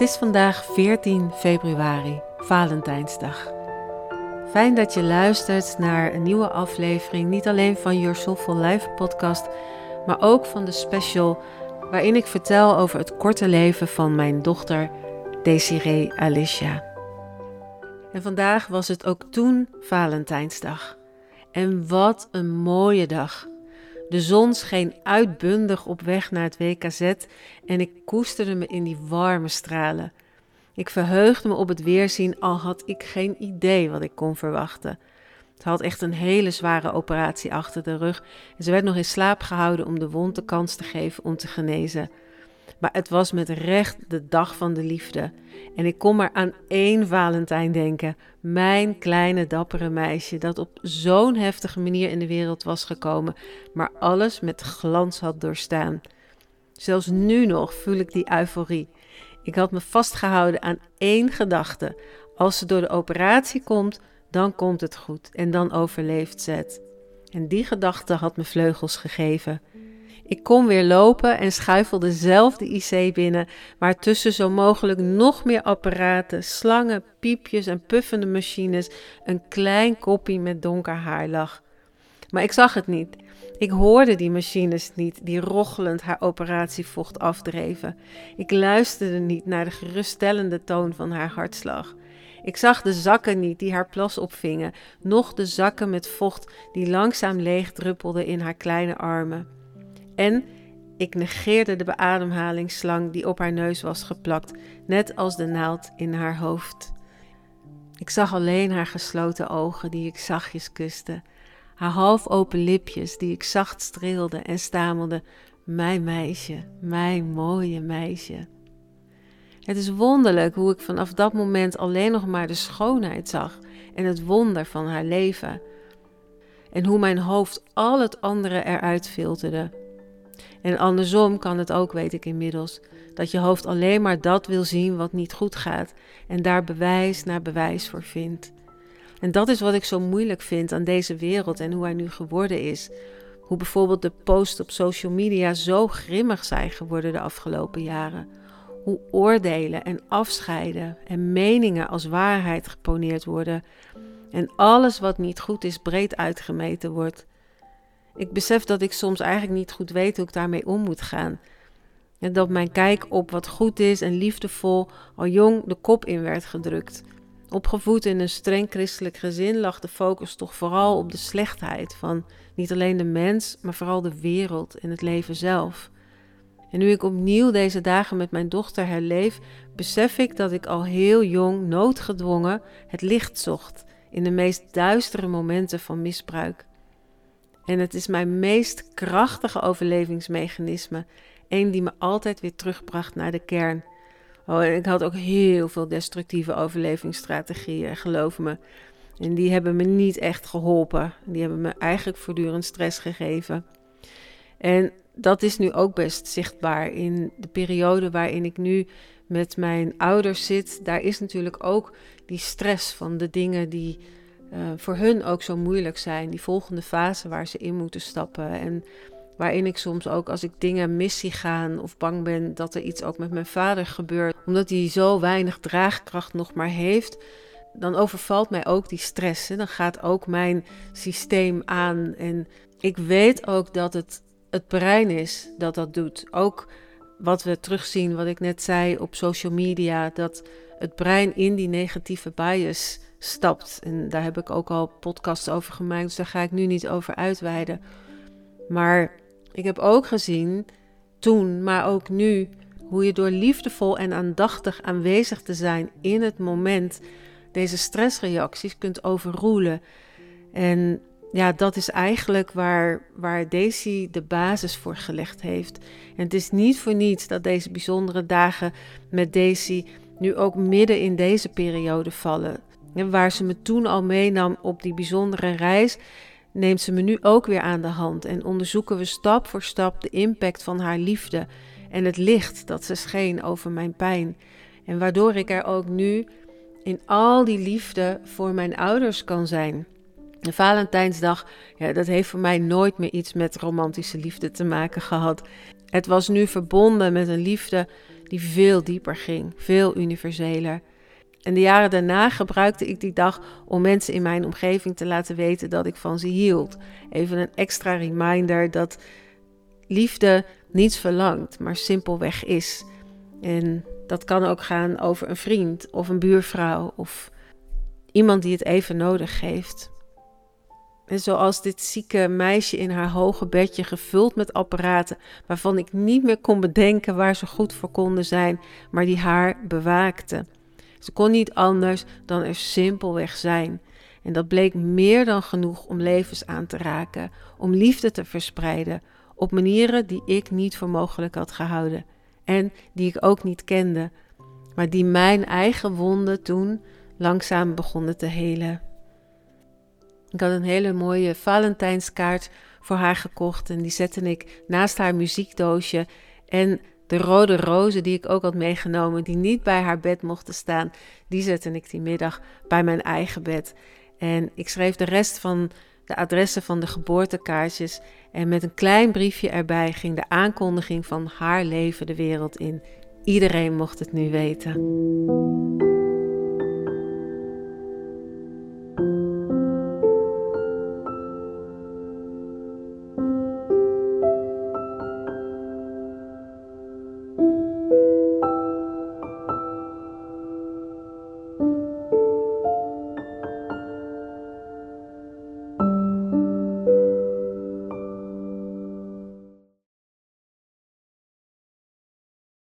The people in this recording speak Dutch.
is vandaag 14 februari, Valentijnsdag. Fijn dat je luistert naar een nieuwe aflevering, niet alleen van Your Soulful Life podcast, maar ook van de special waarin ik vertel over het korte leven van mijn dochter Desiree Alicia. En vandaag was het ook toen Valentijnsdag. En wat een mooie dag. De zon scheen uitbundig op weg naar het WKZ en ik koesterde me in die warme stralen. Ik verheugde me op het weerzien, al had ik geen idee wat ik kon verwachten. Ze had echt een hele zware operatie achter de rug en ze werd nog in slaap gehouden om de wond de kans te geven om te genezen. Maar het was met recht de dag van de liefde. En ik kon maar aan één Valentijn denken. Mijn kleine dappere meisje dat op zo'n heftige manier in de wereld was gekomen, maar alles met glans had doorstaan. Zelfs nu nog voel ik die euforie. Ik had me vastgehouden aan één gedachte. Als ze door de operatie komt, dan komt het goed en dan overleeft ze het. En die gedachte had me vleugels gegeven. Ik kon weer lopen en schuifelde zelf de IC binnen, waar tussen zo mogelijk nog meer apparaten, slangen, piepjes en puffende machines een klein koppie met donker haar lag. Maar ik zag het niet. Ik hoorde die machines niet, die rochelend haar operatievocht afdreven. Ik luisterde niet naar de geruststellende toon van haar hartslag. Ik zag de zakken niet die haar plas opvingen, noch de zakken met vocht die langzaam leeg druppelden in haar kleine armen. En ik negeerde de beademhalingsslang die op haar neus was geplakt, net als de naald in haar hoofd. Ik zag alleen haar gesloten ogen die ik zachtjes kuste, haar half open lipjes die ik zacht streelde en stamelde: mijn meisje, mijn mooie meisje. Het is wonderlijk hoe ik vanaf dat moment alleen nog maar de schoonheid zag en het wonder van haar leven. En hoe mijn hoofd al het andere eruit filterde. En andersom kan het ook, weet ik inmiddels, dat je hoofd alleen maar dat wil zien wat niet goed gaat en daar bewijs na bewijs voor vindt. En dat is wat ik zo moeilijk vind aan deze wereld en hoe hij nu geworden is. Hoe bijvoorbeeld de posts op social media zo grimmig zijn geworden de afgelopen jaren. Hoe oordelen en afscheiden en meningen als waarheid geponeerd worden. En alles wat niet goed is breed uitgemeten wordt. Ik besef dat ik soms eigenlijk niet goed weet hoe ik daarmee om moet gaan. En dat mijn kijk op wat goed is en liefdevol al jong de kop in werd gedrukt. Opgevoed in een streng christelijk gezin lag de focus toch vooral op de slechtheid van niet alleen de mens, maar vooral de wereld en het leven zelf. En nu ik opnieuw deze dagen met mijn dochter herleef, besef ik dat ik al heel jong noodgedwongen het licht zocht in de meest duistere momenten van misbruik. En het is mijn meest krachtige overlevingsmechanisme, één die me altijd weer terugbracht naar de kern. Oh, en ik had ook heel veel destructieve overlevingsstrategieën, geloof me. En die hebben me niet echt geholpen. Die hebben me eigenlijk voortdurend stress gegeven. En dat is nu ook best zichtbaar in de periode waarin ik nu met mijn ouders zit. Daar is natuurlijk ook die stress van de dingen die voor hun ook zo moeilijk zijn. Die volgende fase waar ze in moeten stappen. En waarin ik soms ook als ik dingen mis zie gaan of bang ben dat er iets ook met mijn vader gebeurt. Omdat hij zo weinig draagkracht nog maar heeft, dan overvalt mij ook die stress. Hè? Dan gaat ook mijn systeem aan. En ik weet ook dat het brein is dat doet. Ook wat we terugzien, wat ik net zei op social media, dat het brein in die negatieve bias stapt. En daar heb ik ook al podcasts over gemaakt, dus daar ga ik nu niet over uitweiden. Maar ik heb ook gezien, toen, maar ook nu, hoe je door liefdevol en aandachtig aanwezig te zijn in het moment deze stressreacties kunt overroelen. En ja, dat is eigenlijk waar Daisy de basis voor gelegd heeft. En het is niet voor niets dat deze bijzondere dagen met Daisy nu ook midden in deze periode vallen. En waar ze me toen al meenam op die bijzondere reis, neemt ze me nu ook weer aan de hand en onderzoeken we stap voor stap de impact van haar liefde en het licht dat ze scheen over mijn pijn. En waardoor ik er ook nu in al die liefde voor mijn ouders kan zijn. De Valentijnsdag, ja, dat heeft voor mij nooit meer iets met romantische liefde te maken gehad. Het was nu verbonden met een liefde die veel dieper ging, veel universeler. En de jaren daarna gebruikte ik die dag om mensen in mijn omgeving te laten weten dat ik van ze hield. Even een extra reminder dat liefde niets verlangt, maar simpelweg is. En dat kan ook gaan over een vriend of een buurvrouw of iemand die het even nodig heeft. En zoals dit zieke meisje in haar hoge bedje gevuld met apparaten waarvan ik niet meer kon bedenken waar ze goed voor konden zijn, maar die haar bewaakten. Ze kon niet anders dan er simpelweg zijn. En dat bleek meer dan genoeg om levens aan te raken, om liefde te verspreiden, op manieren die ik niet voor mogelijk had gehouden. En die ik ook niet kende, maar die mijn eigen wonden toen langzaam begonnen te helen. Ik had een hele mooie Valentijnskaart voor haar gekocht en die zette ik naast haar muziekdoosje. En de rode rozen die ik ook had meegenomen, die niet bij haar bed mochten staan, die zette ik die middag bij mijn eigen bed. En ik schreef de rest van de adressen van de geboortekaartjes en met een klein briefje erbij ging de aankondiging van haar leven de wereld in. Iedereen mocht het nu weten.